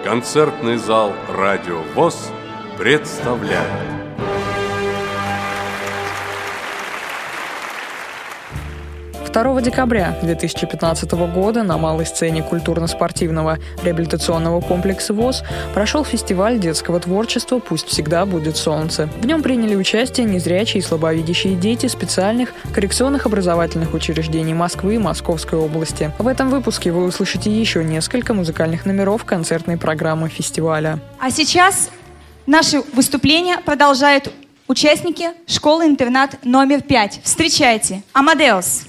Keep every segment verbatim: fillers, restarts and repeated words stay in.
Концертный зал «Радио ВОС» представляет. второго декабря две тысячи пятнадцатого года на малой сцене культурно-спортивного реабилитационного комплекса ВОС прошел фестиваль детского творчества «Пусть всегда будет солнце». В нем приняли участие незрячие и слабовидящие дети специальных коррекционных образовательных учреждений Москвы и Московской области. В этом выпуске вы услышите еще несколько музыкальных номеров концертной программы фестиваля. А сейчас наши выступления продолжают участники школы-интернат номер пять. Встречайте, Амадеус.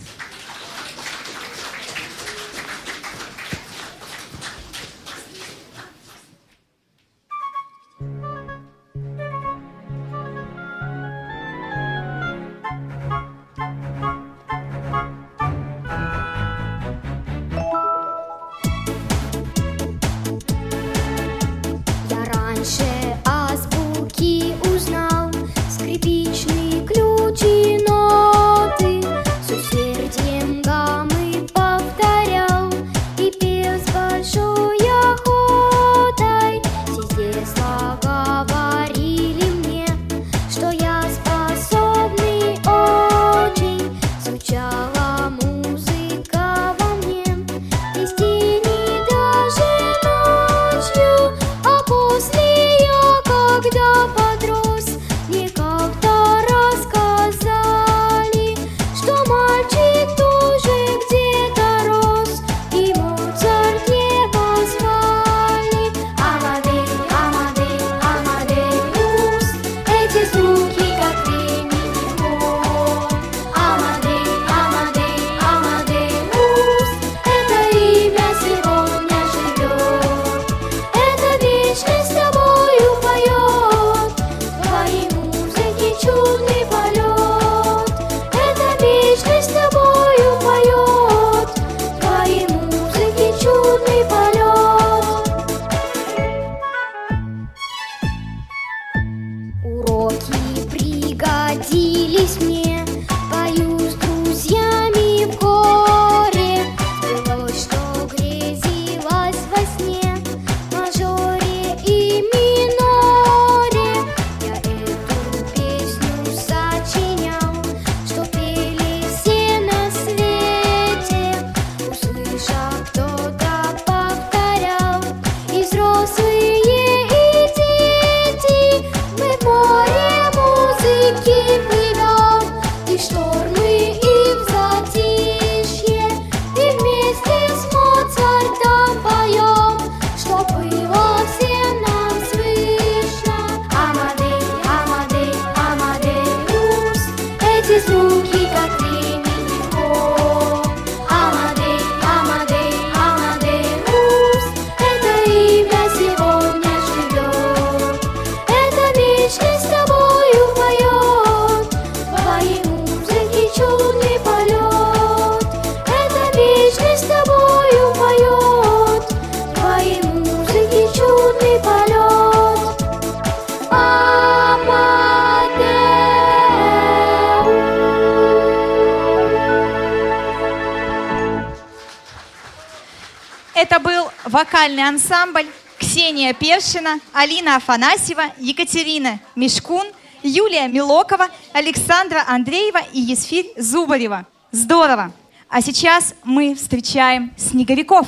Это был вокальный ансамбль Ксения Першина, Алина Афанасьева, Екатерина Мишкун, Юлия Милокова, Александра Андреева и Есфирь Зубарева. Здорово! А сейчас мы встречаем снеговиков.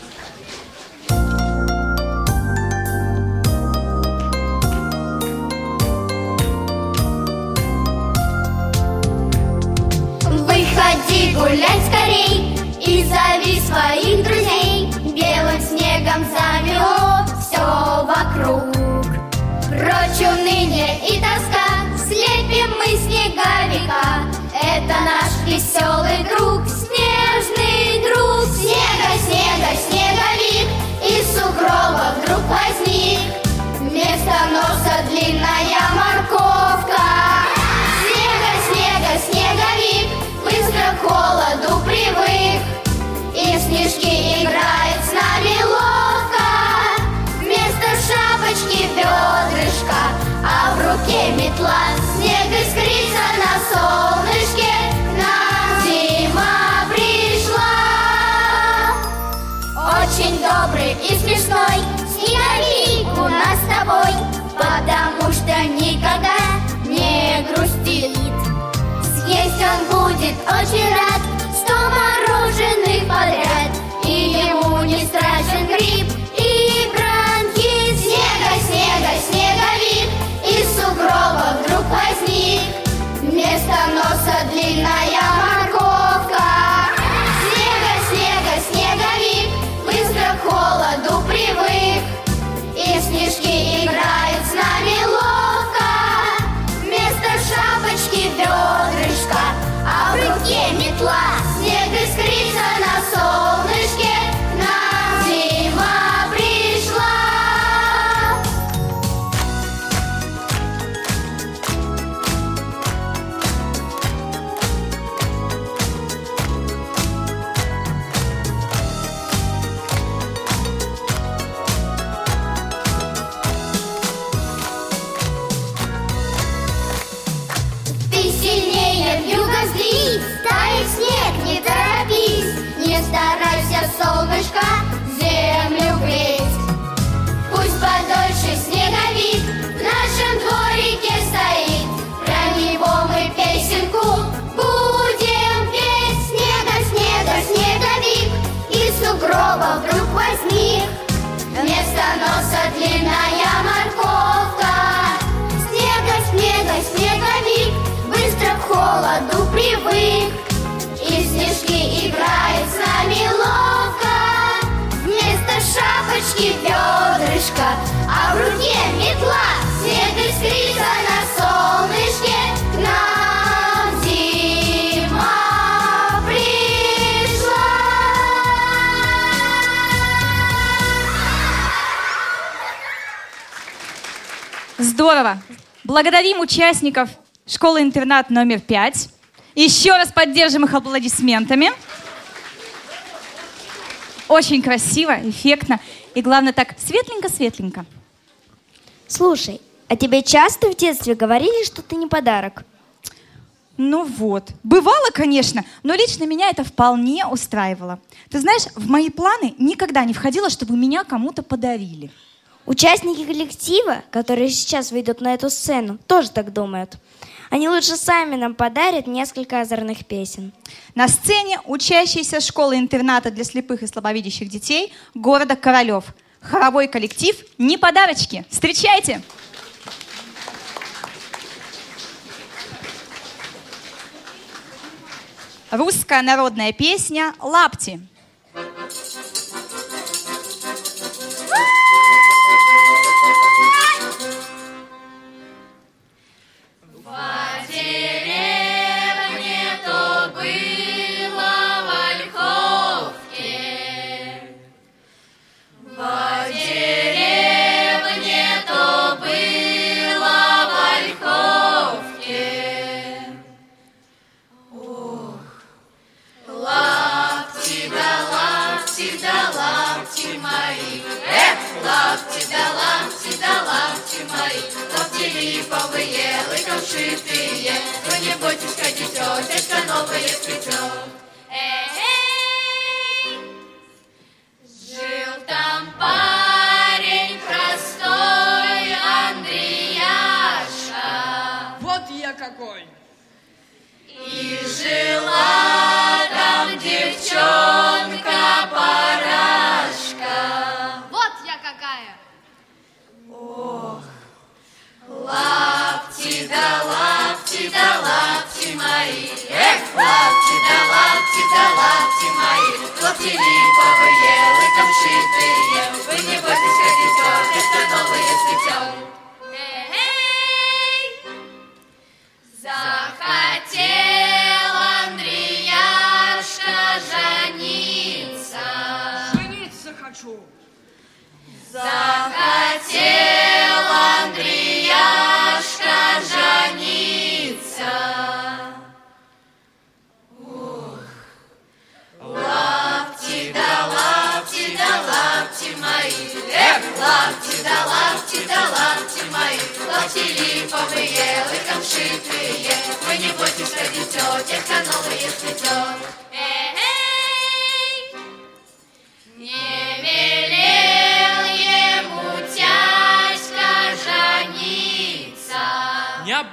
Выходи гулять скорей и зови своих друзей. Белым снегом замело все вокруг. Прочь уныние и тоска, слепим мы снеговика. Это наш веселый друг, снежный друг. Снега, снега, снеговик, из сугроба вдруг возник. Вместо носа длинная морковка. Снега, снега, снеговик, быстро к холоду привык. И в снежки играет с нами ловко. Вместо шапочки бедрышко, а в руке метла. Снег искрится на солнышке, к нам зима пришла. Очень добрый и смешной снеговик у нас с тобой, потому что никогда не грустит. Съесть он будет очень рад сто мороженых подряд, и ему не страшен грипп и бронхит. Снега, снега, снеговик из сугроба вдруг возник, вместо носа длинная морковка. Снега, снега, снеговик быстро к холоду привык, и снежки играют с нами ловко. Вместо шапочки ведрышко, а в руке метла. Снег искрится на солнышке, к нам зима пришла. Ты сильнее вьюга злись, тает снег, не торопись, не старайся, солнышко, землю греть. Пусть подольше снеговик в нашем дворике стоит, про него мы песенку будем петь. Снега, снега, снеговик из сугроба вдруг возник, вместо носа длинная морковка. Снега, снега, снеговик быстро к холоду привык, и снежки играют с нами ловко. Вместо шапочки ведрышко, а в руке метла. Снег искрится на солнышке, к нам зима пришла. Здорово! Благодарим участников школы-интернат номер пять. Еще раз поддержим их аплодисментами. Очень красиво, эффектно и, главное, так светленько-светленько. Слушай, а тебе часто в детстве говорили, что ты не подарок? Ну вот, бывало, конечно, но лично меня это вполне устраивало. Ты знаешь, в мои планы никогда не входило, чтобы меня кому-то подарили. Участники коллектива, которые сейчас выйдут на эту сцену, тоже так думают. Они лучше сами нам подарят несколько озорных песен. На сцене учащиеся школы-интерната для слепых и слабовидящих детей города Королев. Хоровой коллектив «Не подарочки». Встречайте! Русская народная песня «Лапти». Не велел ему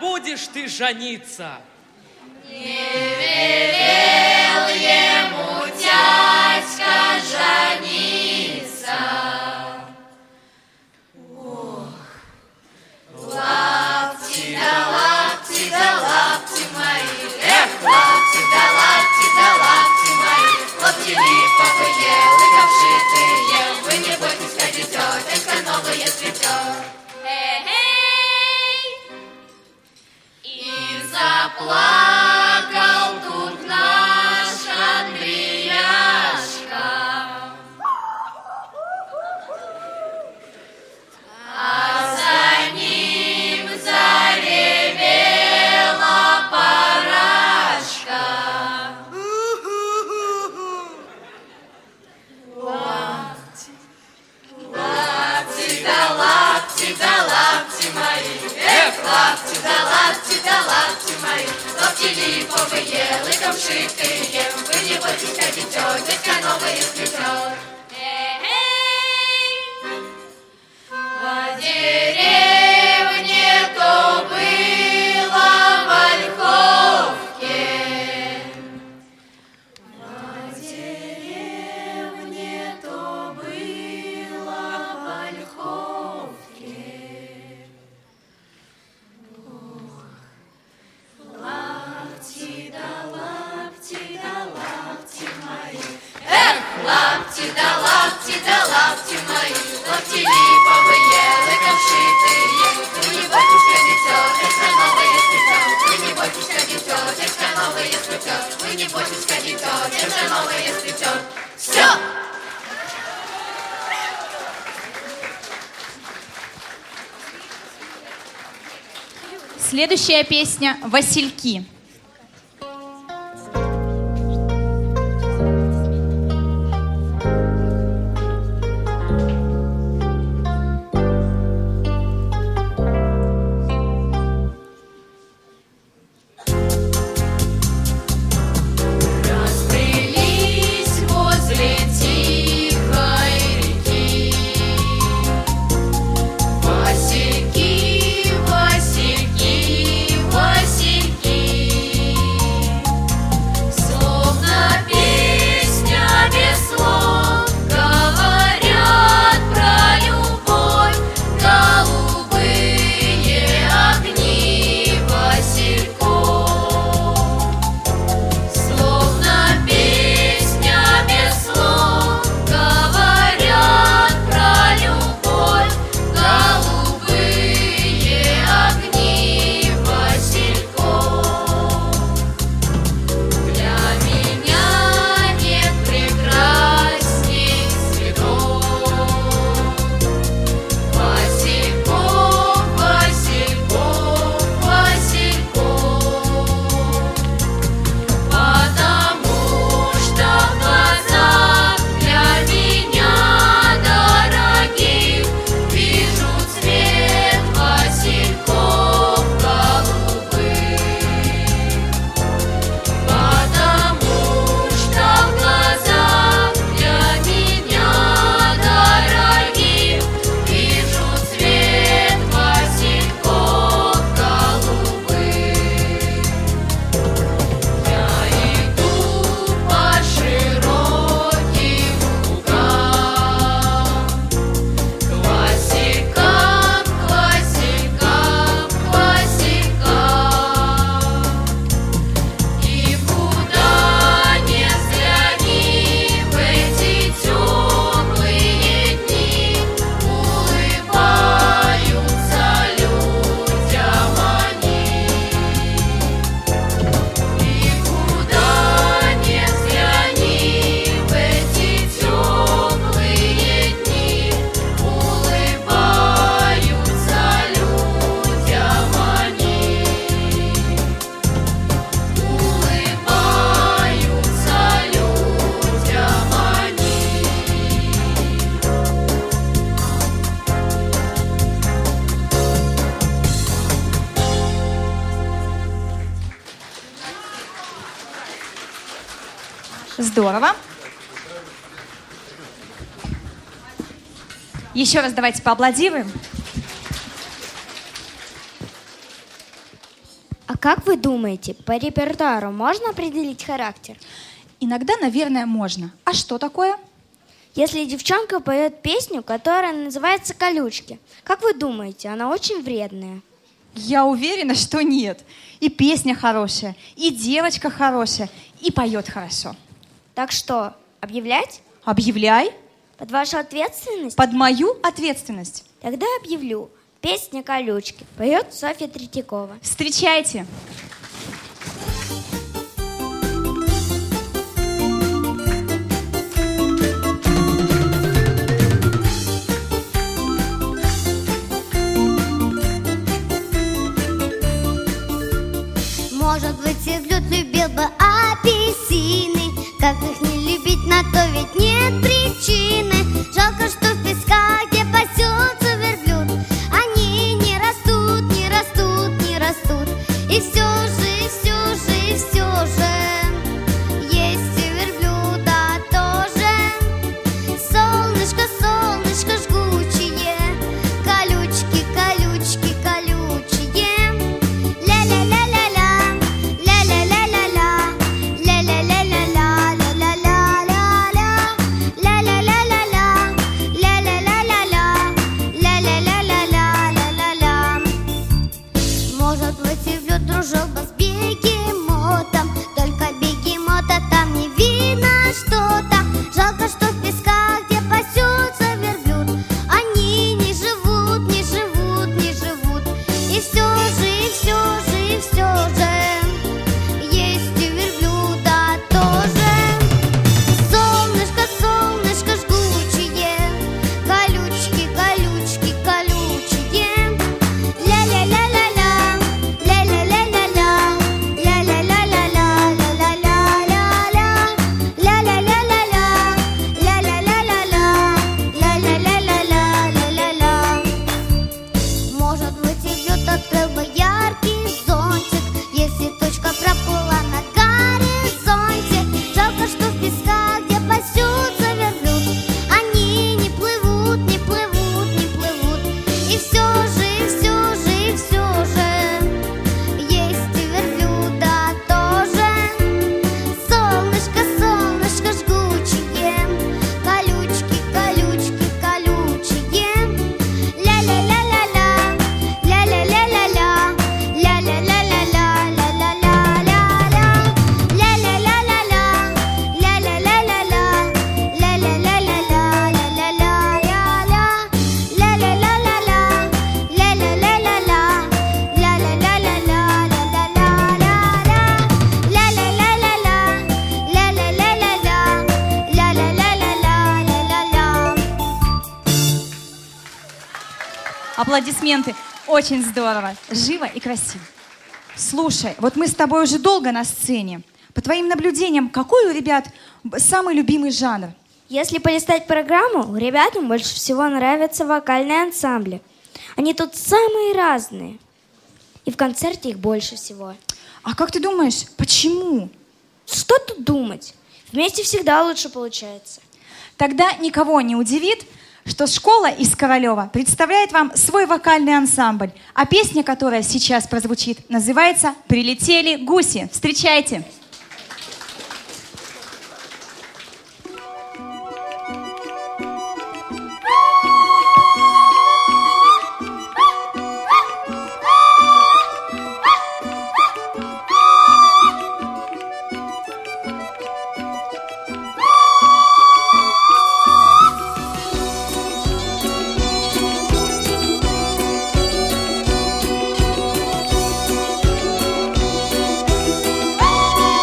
будешь ты жениться? Не велел ему дядька жениться. Ох, лапти да лапти да лапти мои, эх, лапти да лапти да лапти мои, лапти липовые, лыковшитые, вы не бойтесь, ходить, тетечка новая цветет. Эй-эй! И заплакал тут наш Андреяшка. А за ним заревела парашка. Лапти, лапти да лапти да лапти мои, эх, лапти да лапти да лапти мои, лапти липовые, лыком шитые, вы не бойтесь, ходить, тетечка новая сплетет. В деревне то было в Ольховке. В деревне то было в Ольховке. Ох, лапти да лапти да лапти мои, эх, лапти да лапти да лапти мои, лапти липовые, лыком шитые, вы не бойтесь, ходить, тетечка новая сплетет. Вы не бойтесь, ходить, тетечка новая сплетет. Вы не бойтесь, ходить, тетечка новая сплетет. Все! Следующая песня «Васильки». Разбрелись возле тихой реки Васильки, Васильки, Васильки. Словно песня без слов говорят про любовь голубые огни васильков. Словно песня без слов говорят про любовь голубые огни васильков. Для меня нет прекрасней цветов. Васильков, Васильков, Васильков. Потому что в глазах для меня дорогих вижу цвет васильков голубых. Потому что в глазах для меня дорогих вижу цвет васильков голубых. Я иду по широким лугам к василькам, к василькам, к василькам. И куда не взгляни в эти теплые дни, улыбаются людям они. И куда не взгляни в эти теплые дни, улыбаются людям они. Улыбаются людям они. Здорово. Еще раз давайте поаплодируем. как вы думаете, по репертуару можно определить характер? Иногда, наверное, можно. А что такое? Если девчонка поет песню, которая называется «Колючки», как вы думаете, она очень вредная? Я уверена, что нет. И песня хорошая, и девочка хорошая, и поет хорошо. Так что, объявлять? Объявляй. Под вашу ответственность? Под мою ответственность. Тогда объявлю. Песня «Колючки» поет Софья Третьякова. Встречайте. Может быть, и в лед любил бы апельсины. Как их не любить, на то ведь нет причины. Жалко, что в песках, где пасется верблюд, они не растут, не растут, не растут. И все же, и все же, и все же есть у верблюда тоже. Солнышко, солнышко жгучее, колючки, колючки, колючие. Ля-ля-ля-ля-ля, ля-ля-ля-ля-ля, ля-ля-ля-ля-ля, ля-ля-ля-ля-ля, ля-ля-ля-ля-ля, ля-ля-ля-ля-ля, ля-ля-ля-ля-ля-ля. Может быть, и в лед дружил бы с бегемотом, только бегемота там не видно что-то. Жалко, что в песках, где пасется верблюд, они не живут, не живут, не живут. И все же, и все же, и все же есть у верблюда тоже. Солнышко, солнышко жгучее, колючки, колючки, колючие. Ля-ля-ля-ля-ля, ля-ля-ля-ля-ля, ля-ля-ля-ля-ля, ля-ля-ля-ля-ля, ля-ля-ля-ля-ля, ля-ля-ля-ля-ля, ля-ля-ля-ля-ля-ля. Может быть, и в лед открыл бы яркий зонтик, если точка проплыла на горизонте. Жалко, что в песках, где пасется верблюд, они не плывут, не плывут, не плывут. И все же, и все же, и все же есть у верблюда тоже. Солнышко, солнышко жгучее, колючки, колючки, колючие. Ля-ля-ля-ля-ля, ля-ля-ля-ля-ля, ля-ля-ля-ля-ля, ля-ля-ля-ля-ля, ля-ля-ля-ля-ля, ля-ля-ля-ля-ля, ля-ля-ля-ля-ля, ля-ля-ля-ля-ля, ля-ля-ля-ля-ля, Аплодисменты. Очень здорово. Живо и красиво. Слушай, вот мы с тобой уже долго на сцене. По твоим наблюдениям, какой у ребят самый любимый жанр? Если полистать программу, ребятам больше всего нравятся вокальные ансамбли. Они тут самые разные. И в концерте их больше всего. А как ты думаешь, почему? Что тут думать? Вместе всегда лучше получается. Тогда никого не удивит, что школа из Королева представляет вам свой вокальный ансамбль, а песня, которая сейчас прозвучит, называется «Прилетели гуси». Встречайте! ля.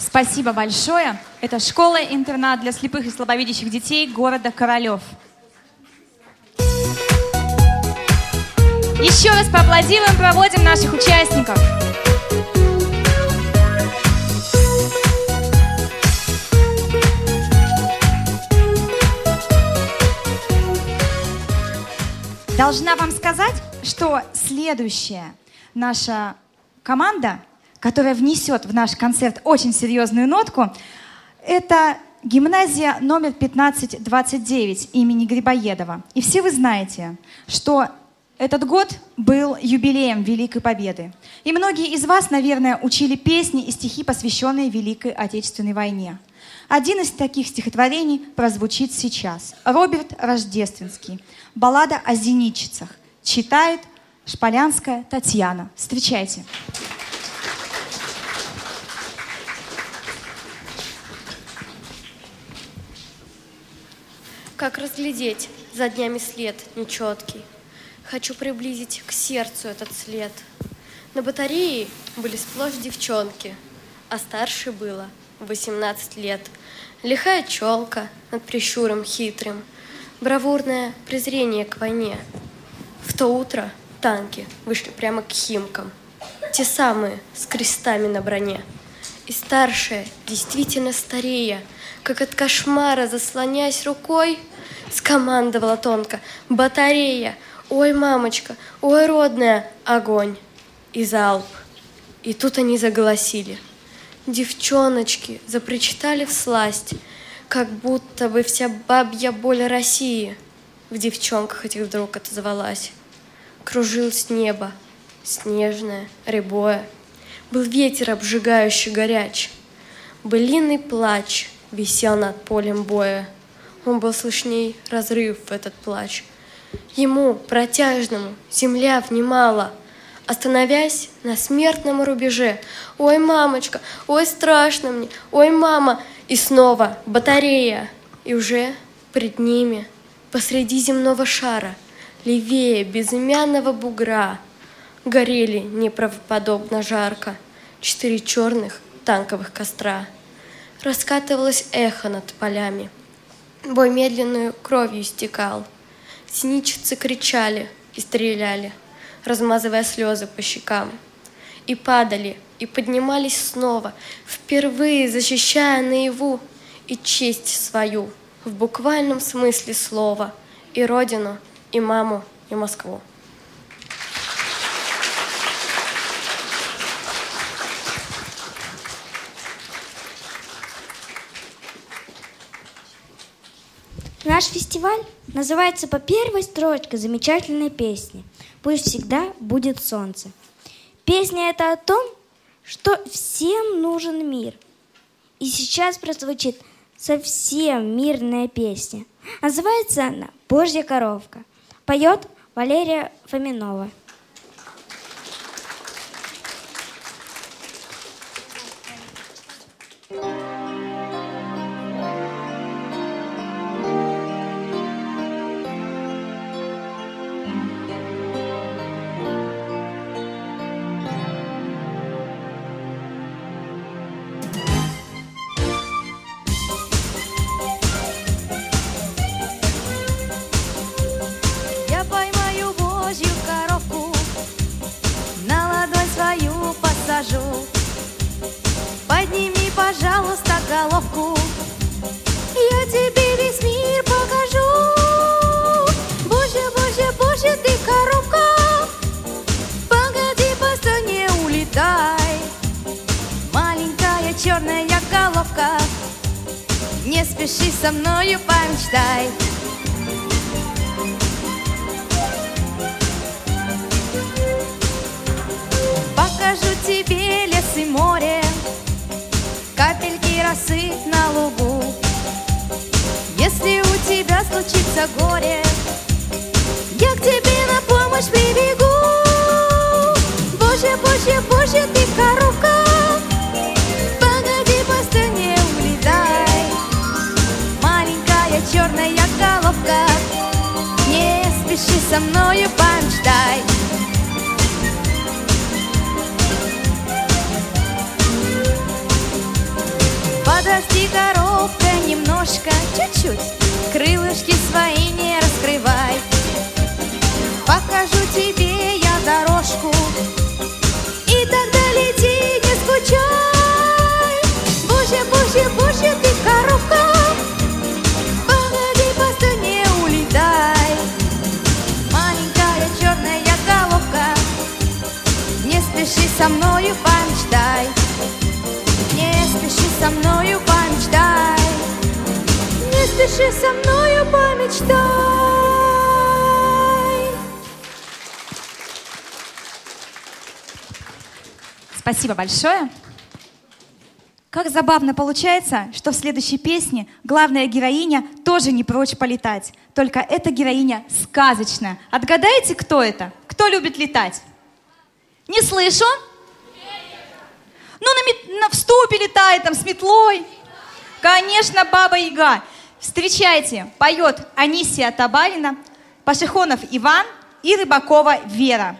Спасибо большое. Это школа-интернат для слепых и слабовидящих детей города Королев. Еще раз поаплодируем, проводим наших участников. Должна вам сказать, что следующая наша команда, которая внесет в наш концерт очень серьезную нотку, это гимназия номер пятнадцать двадцать девять имени Грибоедова. И все вы знаете, что этот год был юбилеем Великой Победы. И многие из вас, наверное, учили песни и стихи, посвященные Великой Отечественной войне. Один из таких стихотворений прозвучит сейчас. Роберт Рождественский. Баллада о зенитчицах. Читает Шполянская Татьяна. Встречайте. Как разглядеть за днями след нечеткий? Хочу приблизить к сердцу этот след. На батарее были сплошь девчонки, а старше было восемнадцать лет. Лихая челка над прищуром хитрым, бравурное презрение к войне. В то утро танки вышли прямо к Химкам, те самые с крестами на броне. И старшая, действительно старея, как от кошмара заслоняясь рукой, скомандовала тонко: «Батарея! Ой, мамочка! Ой, родная! Огонь!» И залп. И тут они заголосили. Девчоночки запричитали всласть, как будто бы вся бабья боль России в девчонках этих вдруг отозвалась. Кружилось небо, снежное, рябое. Был ветер обжигающий горяч. Былиный плач висел над полем боя. Он был слышней разрыв в этот плач. Ему, протяжному, земля внимала, остановясь на смертном рубеже. «Ой, мамочка, ой, страшно мне, ой, мама!» И снова батарея. И уже пред ними, посреди земного шара, левее безымянного бугра, горели неправдоподобно жарко четыре черных танковых костра. Раскатывалось эхо над полями. Бой медленную кровью истекал. Зенитчицы кричали и стреляли, размазывая слезы по щекам. И падали, и поднимались снова, впервые защищая наяву и честь свою, в буквальном смысле слова, и родину, и маму, и Москву. Наш фестиваль называется по первой строчке замечательной песни «Пусть всегда будет солнце». Песня эта о том, что всем нужен мир. И сейчас прозвучит совсем мирная песня. Называется она «Божья коровка». Поет Валерия Фоминова. Подними, пожалуйста, головку, я тебе весь мир покажу. Боже, боже, боже, ты коробка, погоди, постой, не улетай. Маленькая черная головка, не спеши со мною, помечтай. Покажу тебе лес и море, капельки росы на лугу. Если у тебя случится горе, я к тебе на помощь прибегу. Боже, боже, боже, ты коровка, погоди, постой, не улетай. Маленькая черная головка, не спеши со мною, помечтай. Подожди, коровка, немножко, чуть-чуть, крылышки свои не раскрывай. Покажу тебе я дорожку, и тогда лети, не скучай. Боже, боже, боже, ты коровка, погоди, постой, не улетай. Маленькая черная головка, не спеши со мною, помечтай. Не спеши со мною, помечтай. Не спеши со мною, помечтай. Спасибо большое. Как забавно получается, что в следующей песне главная героиня тоже не прочь полетать. Только эта героиня сказочная. Отгадайте, кто это? Кто любит летать? Не слышу. Ну, на, мет... на вступе летает, там, с метлой. Конечно, Баба Яга. Встречайте, поет Анисия Табарина, Пашихонов Иван и Рыбакова Вера.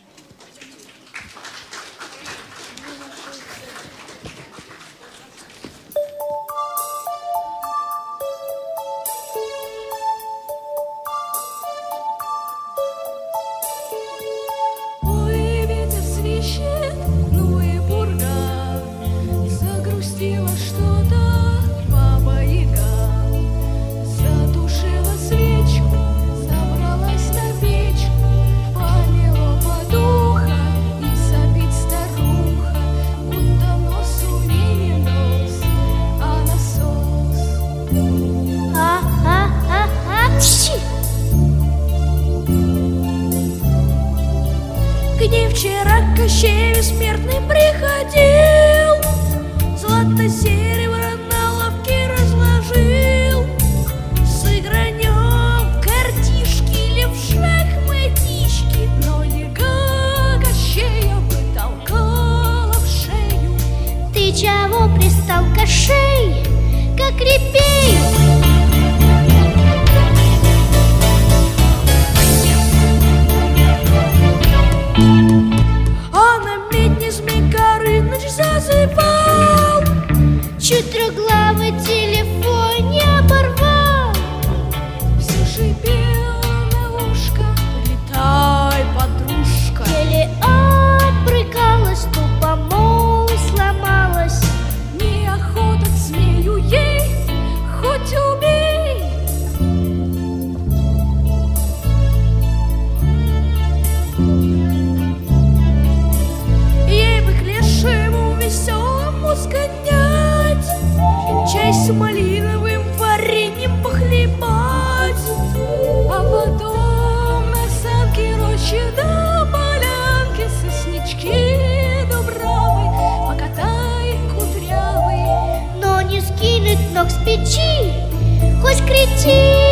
Где вчера Кощей бессмертный приходил, злато-серебро на лавке разложил. Сыгранем в картишки или в шахматички, но Яга Кощея бы толкала в шею. Ты чего пристал, Кощей, как репей? А на медне Змей Горыныч зазывал, чуть трехглавый телефон не оборвал. все шипел на ушко: летай, подружка. Еле отбрыкалась, тупо мол сломалась. Неохота к змею ей, хоть убей. Ей бы к лешему веселому сгонять, чай с малиновым вареньем похлебать, а потом на санке рощи до полянки соснички дубравы покатай кудрявый. Но не скинуть ног с печи, хоть кричи.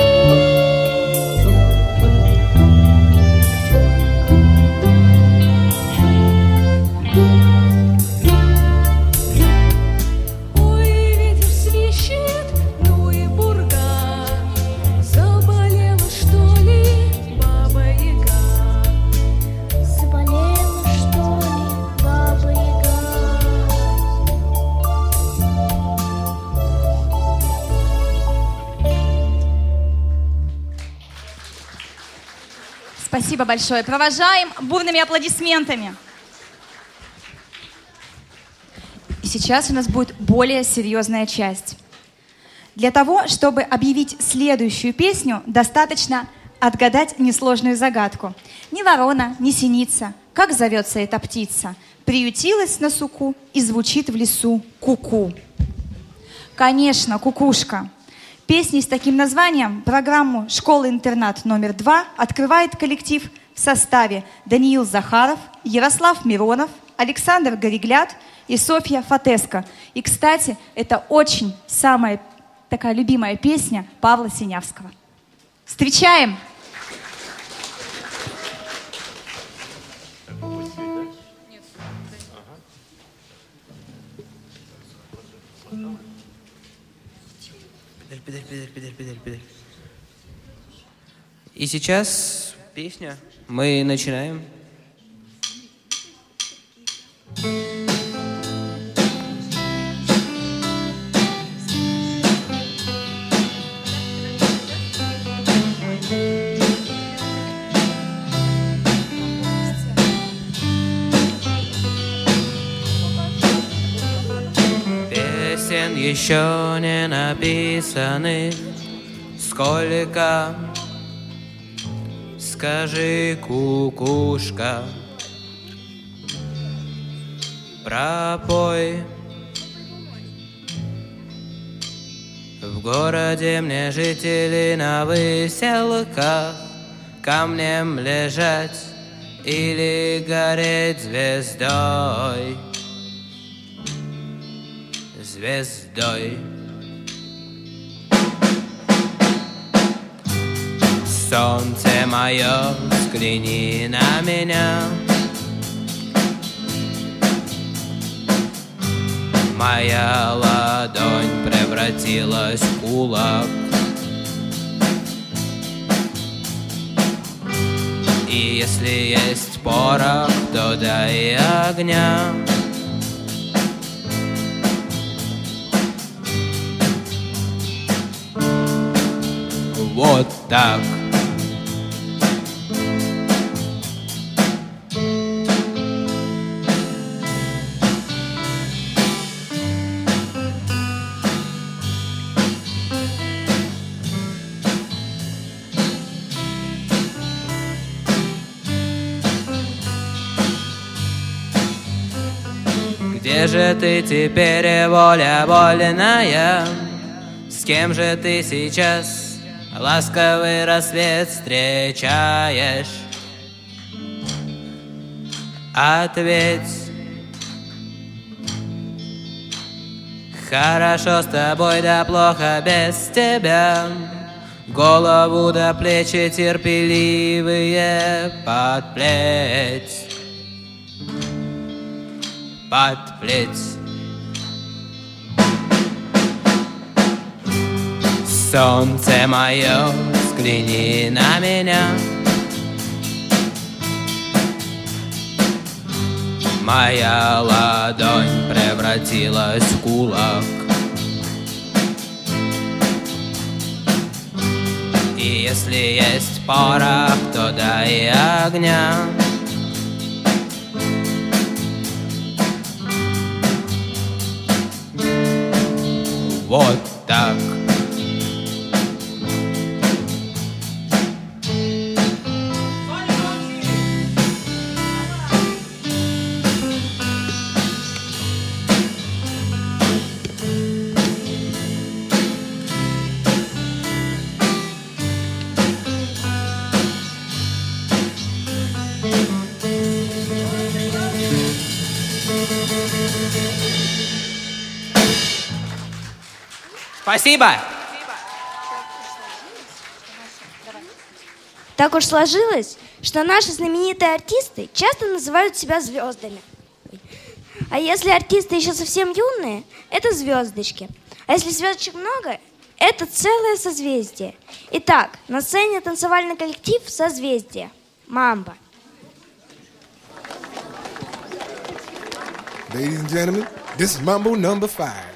Ой, ветер свищет, ну и пурга, заболела, что ли, Баба Яга? Заболела, что ли, Баба Яга? Спасибо большое. Провожаем бурными аплодисментами. И сейчас у нас будет более серьезная часть. Для того, чтобы объявить следующую песню, достаточно отгадать несложную загадку. Ни ворона, ни синица, как зовется эта птица, приютилась на суку и звучит в лесу ку-ку. Конечно, кукушка. Песни с таким названием программу «Школа-интернат номер два» открывает коллектив в составе Даниил Захаров, Ярослав Миронов, Александр Горегляд и Софья Фатеско. И, кстати, это очень самая такая любимая песня Павла Синявского. Встречаем! Педаль, педаль, педаль, педаль, педаль. И сейчас песня. Мы начинаем. имен еще не написаны. Сколько, скажи, кукушка, пропой. В городе мне жители на выселках камнем лежать или гореть звездой, звездой. Солнце мое, взгляни на меня. Моя ладонь превратилась в кулак. И если есть порох, то дай огня. Вот так. Где же ты теперь, воля вольная? С кем же ты сейчас ласковый рассвет встречаешь? Ответь. Хорошо с тобой, да плохо без тебя. Голову до плечи терпеливые подплеть. Подплеть. Солнце мое, взгляни на меня. Моя ладонь превратилась в кулак. И если есть порох, то дай огня. Вот так. Спасибо. Так уж сложилось, что наши знаменитые артисты часто называют себя звездами. А если артисты еще совсем юные, это звездочки. А если звездочек много, это целое созвездие. Итак, на сцене танцевальный коллектив «Созвездие» «Мамба». Ladies and gentlemen, this is Mambo number five.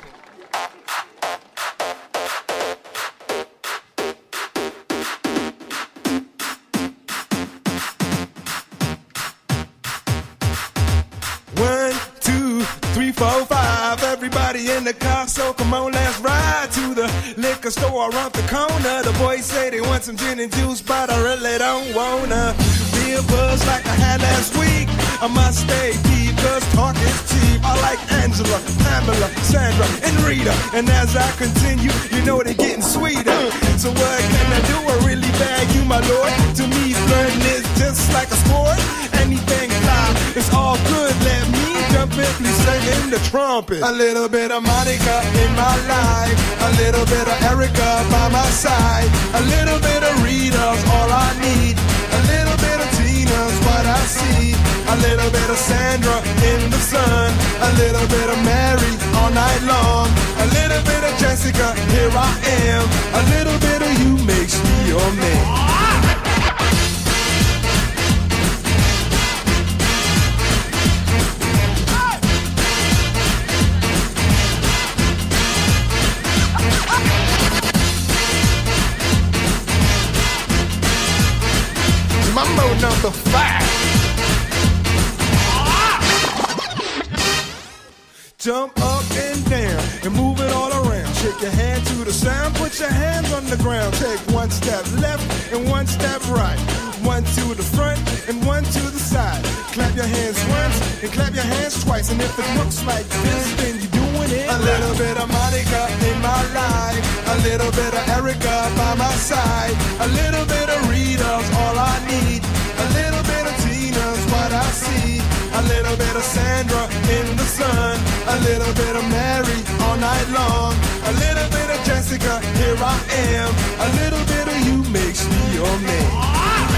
One, two, three, four, five. Everybody in the car, so come on, let's ride to the liquor store around the corner. The boys say they want some gin and juice, but I really don't wanna be a buzz like I had last week. I must stay deep, cause talk is cheap. I like Angela, Pamela, Sandra, and Rita. And as I continue, you know they're getting sweeter. So what can I do? I really bag you, my lord. To me, flirting is just like a sport. Anything fly, it's all good. Let me jump in, please sing the trumpet. A little bit of Monica in my life. A little bit of Erica by my side. A little bit of Rita's all I need. A little bit of Tina's what I see. A little bit of Sandra in the sun. A little bit of Mary all night long. A little bit of Jessica, here I am. A little bit of you makes me your man. Mambo number five. Jump up and down and move it all around. Shake your hand to the sound, put your hands on the ground. Take one step left and one step right. One to the front and one to the side. Clap your hands once and clap your hands twice. And if it looks like this, then you're doing it. A little bit of Monica in my life. A little bit of Erica by my side. A little bit of Rita's all I need. A little bit of Tina's what I see. A little bit of Sandra in the sun. A little bit of Mary all night long. A little bit of Jessica, here I am. A little bit of you makes me your man.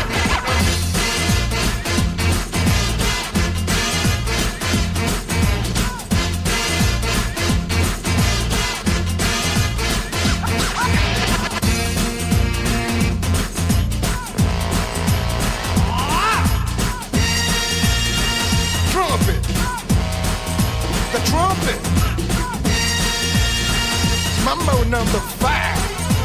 Trumpet. Mambo number five.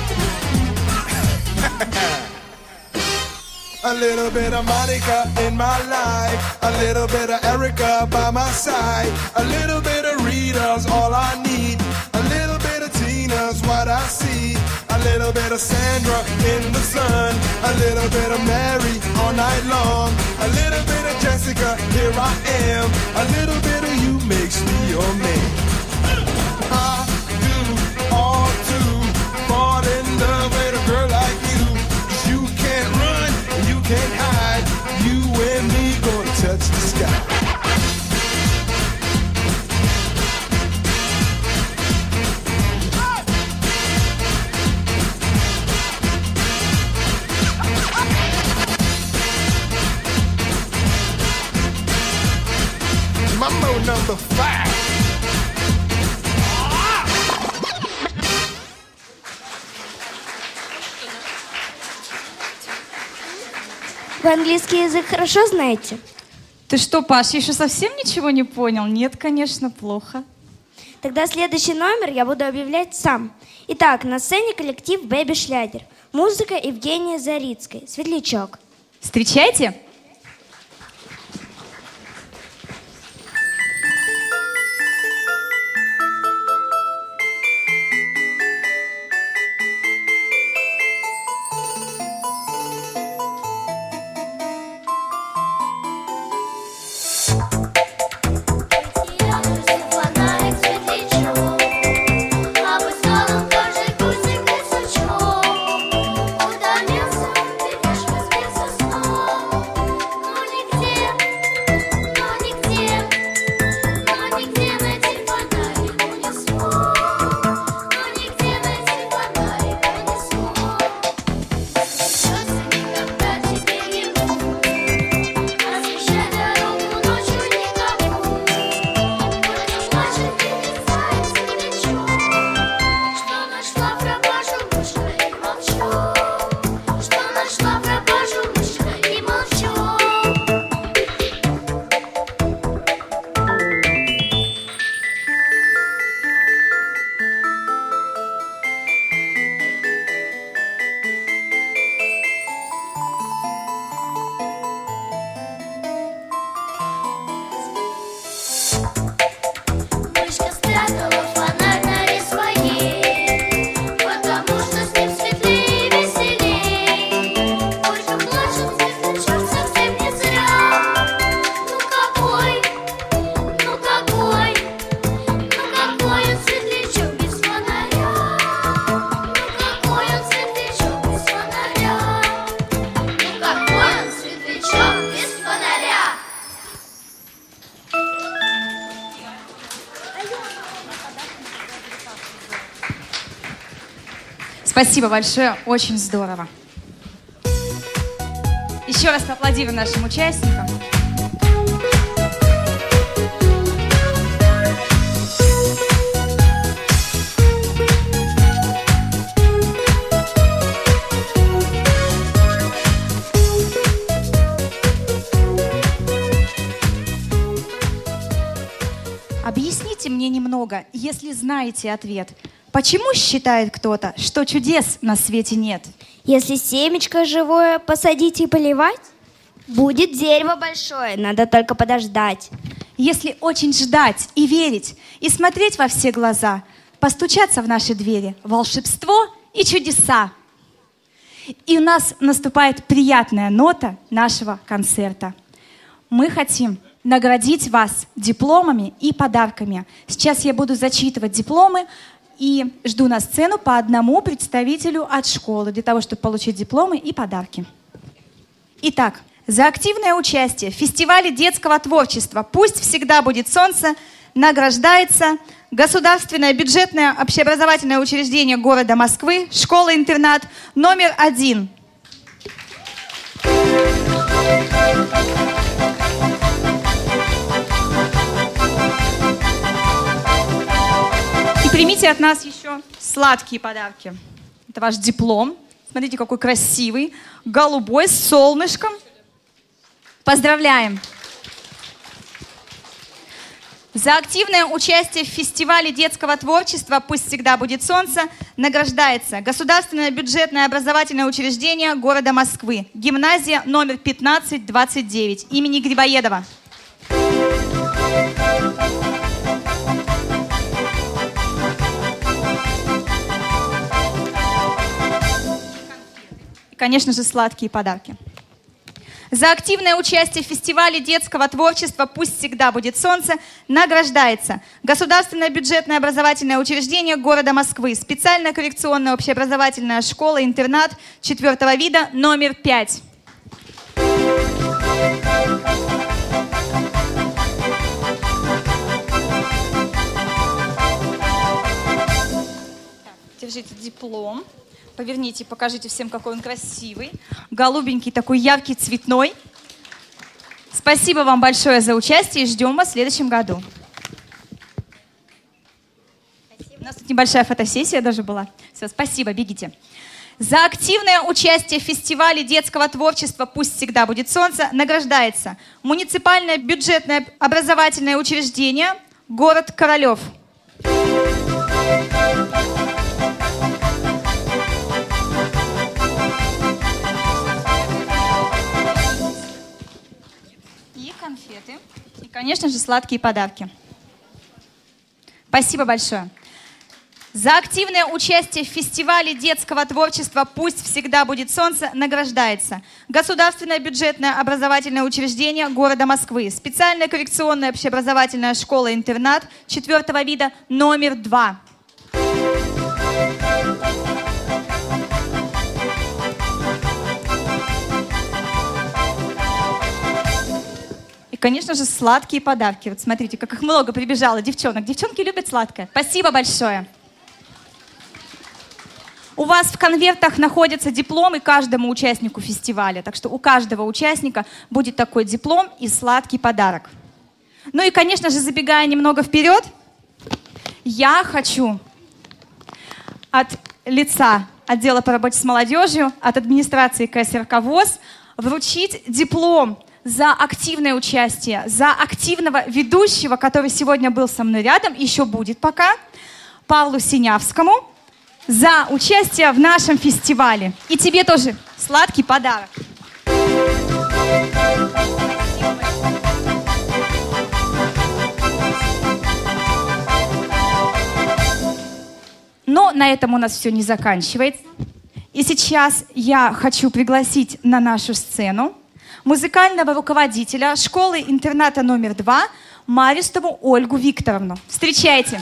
A little bit of Monica in my life. A little bit of Erica by my side. A little bit of Rita's all I need. A little bit of Tina's what I see. A little bit of Sandra in the sun. A little bit of Mary all night long. A little bit of Jessica, here I am. A little bit of you makes me your man. I do all to fall in love with a girl like you. 'Cause you can't run and you can't hide. You and me gonna touch the sky. Mambo number five. Вы английский язык хорошо знаете? Ты что, Паш, еще совсем ничего не понял? Нет, конечно, плохо. Тогда следующий номер я буду объявлять сам. Итак, на сцене коллектив Бэби Шлягер. Музыка Евгения Зарицкой. Светлячок. Встречайте! Спасибо большое, очень здорово. Еще раз поаплодируем нашим участникам. Объясните мне немного, если знаете ответ. Почему считает кто-то, что чудес на свете нет? Если семечко живое посадить и поливать, будет дерево большое, надо только подождать. Если очень ждать и верить, и смотреть во все глаза, постучаться в наши двери, волшебство и чудеса. И у нас наступает приятная нота нашего концерта. Мы хотим наградить вас дипломами и подарками. Сейчас я буду зачитывать дипломы и жду на сцену по одному представителю от школы для того, чтобы получить дипломы и подарки. Итак, за активное участие в фестивале детского творчества «Пусть всегда будет солнце» награждается Государственное бюджетное общеобразовательное учреждение города Москвы, школа-интернат номер один. И примите от нас еще сладкие подарки. Это ваш диплом. Смотрите, какой красивый, голубой, с солнышком. Поздравляем! За активное участие в фестивале детского творчества «Пусть всегда будет солнце» награждается Государственное бюджетное образовательное учреждение города Москвы, гимназия номер пятнадцать двадцать девять имени Грибоедова. И, конечно же, сладкие подарки. За активное участие в фестивале детского творчества «Пусть всегда будет солнце» награждается Государственное бюджетное образовательное учреждение города Москвы, специальная коррекционная общеобразовательная школа-интернат четвертого вида номер пять. Держите диплом. Поверните, покажите всем, какой он красивый. Голубенький, такой яркий, цветной. Спасибо вам большое за участие и ждем вас в следующем году. Спасибо. У нас тут небольшая фотосессия даже была. Все, спасибо, бегите. За активное участие в фестивале детского творчества «Пусть всегда будет солнце» награждается муниципальное бюджетное образовательное учреждение город Королев. Конфеты и, конечно же, сладкие подарки. Спасибо большое. За активное участие в фестивале детского творчества «Пусть всегда будет солнце» награждается Государственное бюджетное образовательное учреждение города Москвы, специальная коррекционная общеобразовательная школа-интернат четвертого вида номер два. И, конечно же, сладкие подарки. Вот смотрите, как их много прибежало девчонок. Девчонки любят сладкое. Спасибо большое. У вас в конвертах находятся дипломы каждому участнику фестиваля. Так что у каждого участника будет такой диплом и сладкий подарок. Ну и, конечно же, забегая немного вперед, я хочу от лица отдела по работе с молодежью, от администрации ка эс эр ка ВОС вручить диплом за активное участие, за активного ведущего, который сегодня был со мной рядом, еще будет пока, Павлу Синявскому, за участие в нашем фестивале. И тебе тоже сладкий подарок. Но на этом у нас все не заканчивается. И сейчас я хочу пригласить на нашу сцену музыкального руководителя школы-интерната номер два Маристову Ольгу Викторовну. Встречайте!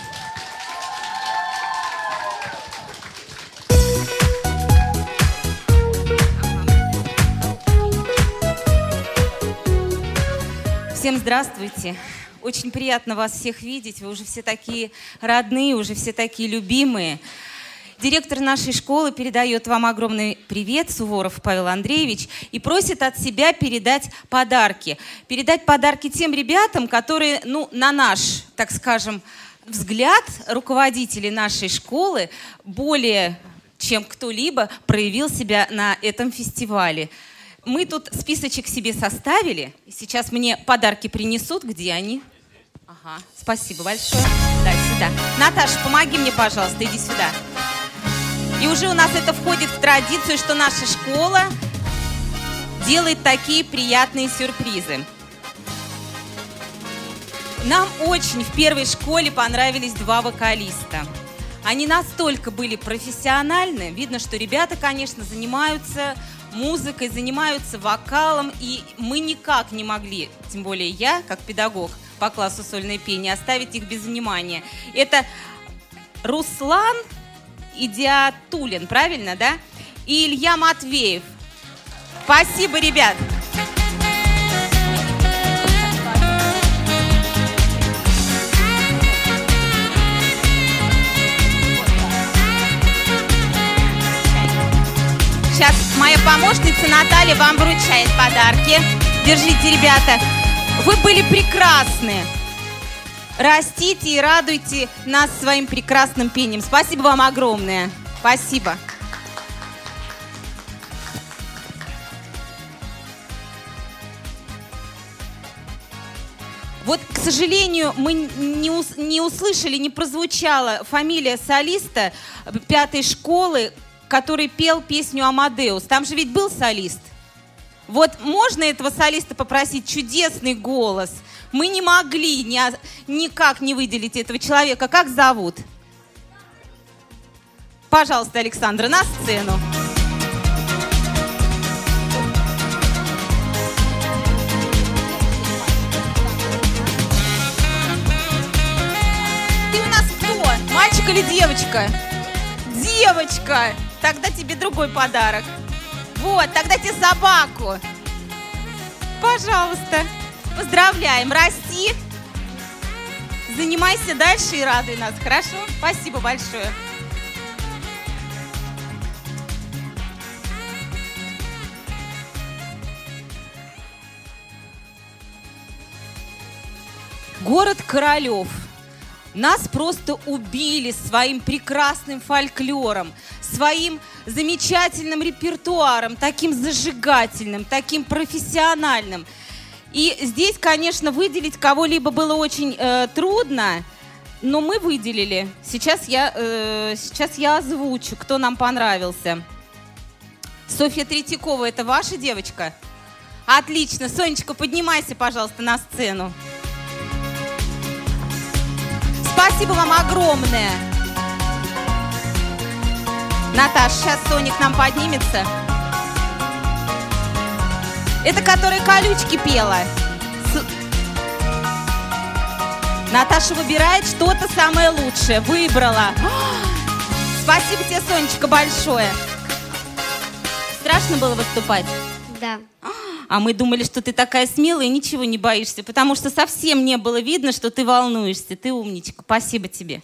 Всем здравствуйте! Очень приятно вас всех видеть. Вы уже все такие родные, уже все такие любимые. Директор нашей школы передает вам огромный привет, Суворов Павел Андреевич, и просит от себя передать подарки. Передать подарки тем ребятам, которые, ну, на наш, так скажем, взгляд, руководители нашей школы более чем кто-либо проявил себя на этом фестивале. Мы тут списочек себе составили. Сейчас мне подарки принесут. Где они? Ага, спасибо большое. Да, сюда. Наташа, помоги мне, пожалуйста, иди сюда. И уже у нас это входит в традицию, что наша школа делает такие приятные сюрпризы. Нам очень в первой школе понравились два вокалиста. Они настолько были профессиональны. Видно, что ребята, конечно, занимаются музыкой, занимаются вокалом. И мы никак не могли, тем более я, как педагог по классу сольное пение, оставить их без внимания. Это Руслан Идиатуллин, правильно, да? И Илья Матвеев. Спасибо, ребят. Сейчас моя помощница Наталья вам вручает подарки. Держите, ребята. Вы были прекрасны. Растите и радуйте нас своим прекрасным пением. Спасибо вам огромное. Спасибо. Вот, к сожалению, мы не, ус- не услышали, не прозвучала фамилия солиста пятой школы, который пел песню «Амадеус». Там же ведь был солист. Вот можно этого солиста попросить? Чудесный голос. Мы не могли ни, никак не выделить этого человека. Как зовут? Пожалуйста, Александра, на сцену. Ты у нас кто? Мальчик или девочка? Девочка! Тогда тебе другой подарок. Вот, тогда тебе собаку. Пожалуйста. Поздравляем. Расти. Занимайся дальше и радуй нас. Хорошо? Спасибо большое. Город Королев. Нас просто убили своим прекрасным фольклором, своим замечательным репертуаром, таким зажигательным, таким профессиональным. И здесь, конечно, выделить кого-либо было очень э, трудно, но мы выделили. Сейчас я, э, сейчас я озвучу, кто нам понравился. Софья Третьякова, это ваша девочка? Отлично. Сонечка, поднимайся, пожалуйста, на сцену. Спасибо вам огромное. Наташа, сейчас Соня к нам поднимется. Это которая колючки пела. С... Наташа выбирает что-то самое лучшее. Выбрала. Спасибо тебе, Сонечка, большое. Страшно было выступать? Да. А мы думали, что ты такая смелая и ничего не боишься, потому что совсем не было видно, что ты волнуешься. Ты умничка. Спасибо тебе.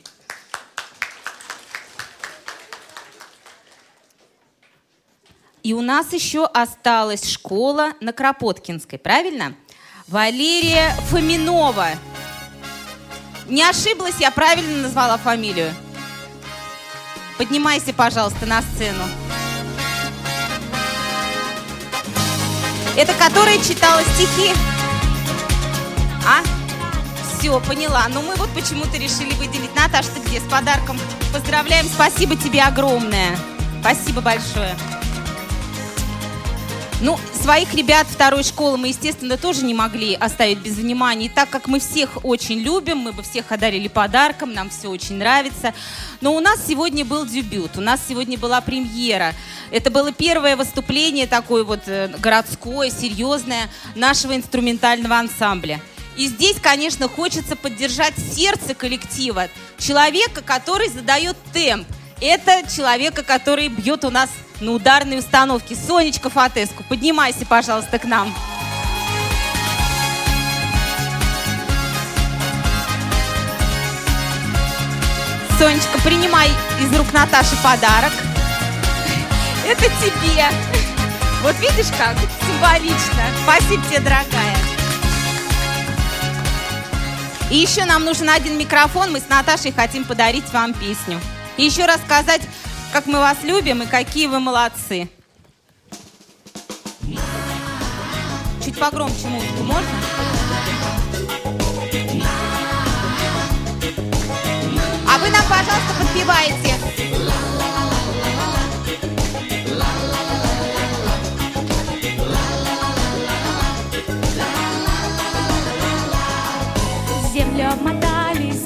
И у нас еще осталась школа на Кропоткинской, правильно? Валерия Фоминова. Не ошиблась, я правильно назвала фамилию? Поднимайся, пожалуйста, на сцену. Это которая читала стихи? А? Все, поняла. Но мы вот почему-то решили выделить. Наташа, ты где? С подарком. Поздравляем. Спасибо тебе огромное. Спасибо большое. Ну, своих ребят второй школы мы, естественно, тоже не могли оставить без внимания. И так как мы всех очень любим, мы бы всех одарили подарком, нам все очень нравится. Но у нас сегодня был дебют, у нас сегодня была премьера. Это было первое выступление такое вот городское, серьезное нашего инструментального ансамбля. И здесь, конечно, хочется поддержать сердце коллектива, человека, который задает темп. Это человека, который бьет у нас на ударной установке. Сонечка Фатеску, поднимайся, пожалуйста, к нам. Сонечка, принимай из рук Наташи подарок. Это тебе. Вот видишь как? Символично. Спасибо тебе, дорогая. И еще нам нужен один микрофон. Мы с Наташей хотим подарить вам песню. И еще рассказать, как мы вас любим и какие вы молодцы. Чуть погромче музыку, можно? А вы нам, пожалуйста, подпеваете. Земля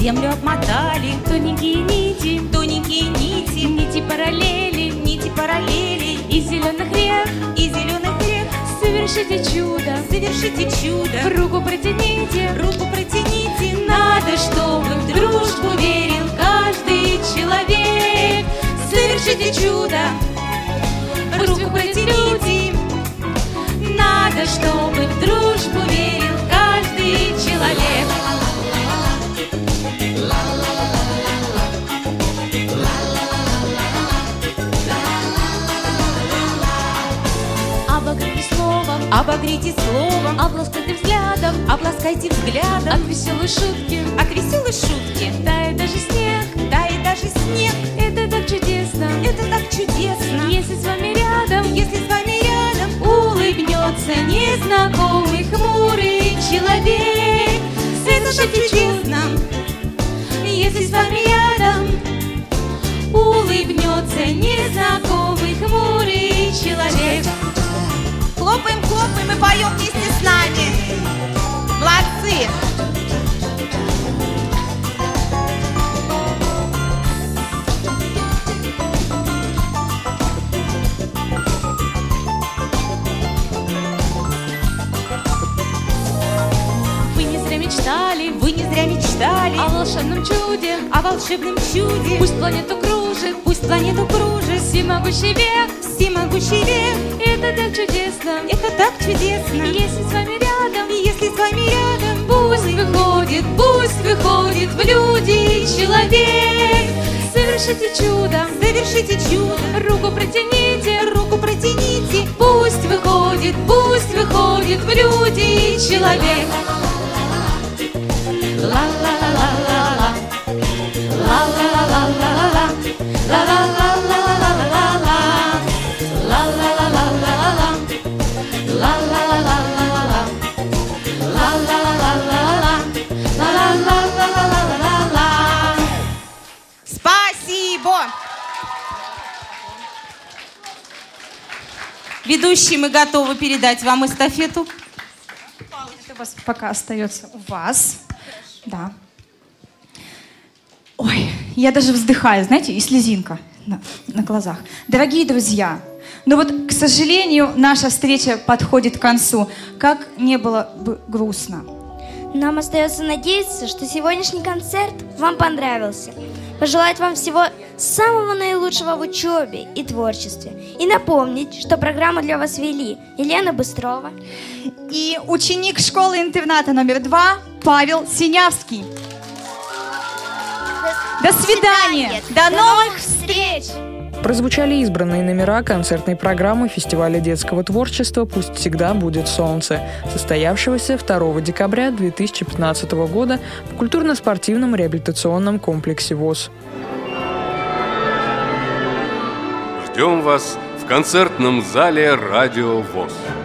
землю обмотали. Тоненькие нити, Тоненькие нити, нити параллели, нити параллели. из зеленых рек Из зеленых рек совершите чудо, совершите чудо. руку протяните, Руку протяните. надо, чтобы в дружбу верил каждый человек. Совершите чудо. Пусть Руку выходят протяните. Надо, чтобы в дружбу верил каждый человек. Обогрейте словом, Обогрейте словом, обласкайте взглядом, обласкайте взглядом. от веселой шутки От веселой шутки тает даже снег. тает даже снег. Это так чудесно, Это так чудесно. если с вами рядом, Если с вами рядом улыбнется незнакомый хмурый человек. это так чудесно. Если с вами рядом улыбнется незнакомый хмурый человек. хлопаем, хлопаем и поем вместе с нами. Молодцы! Вы не зря мечтали Вы не зря мечтали о волшебном чуде. о волшебном чуде. Пусть планету кружит Пусть планету кружит всемогущий век. всемогущий век. Это так чудесно, Это так чудесно. если с вами рядом. Если с вами рядом Пусть выходит, пусть выходит в люди человек. Совершите чудо, совершите чудо. руку протяните, Руку протяните. пусть выходит, пусть выходит в люди человек. Ла-ла-ла-ла-ла-ла, ла-ла-ла-ла-ла-ла, ла-ла-ла-ла-ла-ла-ла, ла-ла-ла-ла-ла-ла, ла-ла-ла-ла-ла-ла, ла-ла-ла-ла-ла-ла, ла-ла-ла-ла-ла-ла-ла. Спасибо! Ведущие, мы готовы передать вам эстафету. Это у вас пока остается у вас. Да. Ой, я даже вздыхаю, знаете, и слезинка на, на глазах. Дорогие друзья, ну вот, к сожалению, наша встреча подходит к концу. Как не было бы грустно. Нам остается надеяться, что сегодняшний концерт вам понравился. Пожелать вам всего самого наилучшего в учебе и творчестве. И напомнить, что программу для вас вели Елена Быстрова И ученик школы-интерната номер два Павел Синявский. До свидания. До новых встреч. Прозвучали избранные номера концертной программы фестиваля детского творчества «Пусть всегда будет солнце», состоявшегося второго декабря две тысячи пятнадцатого года в культурно-спортивном реабилитационном комплексе ВОС. Ждем вас в концертном зале «Радио ВОС».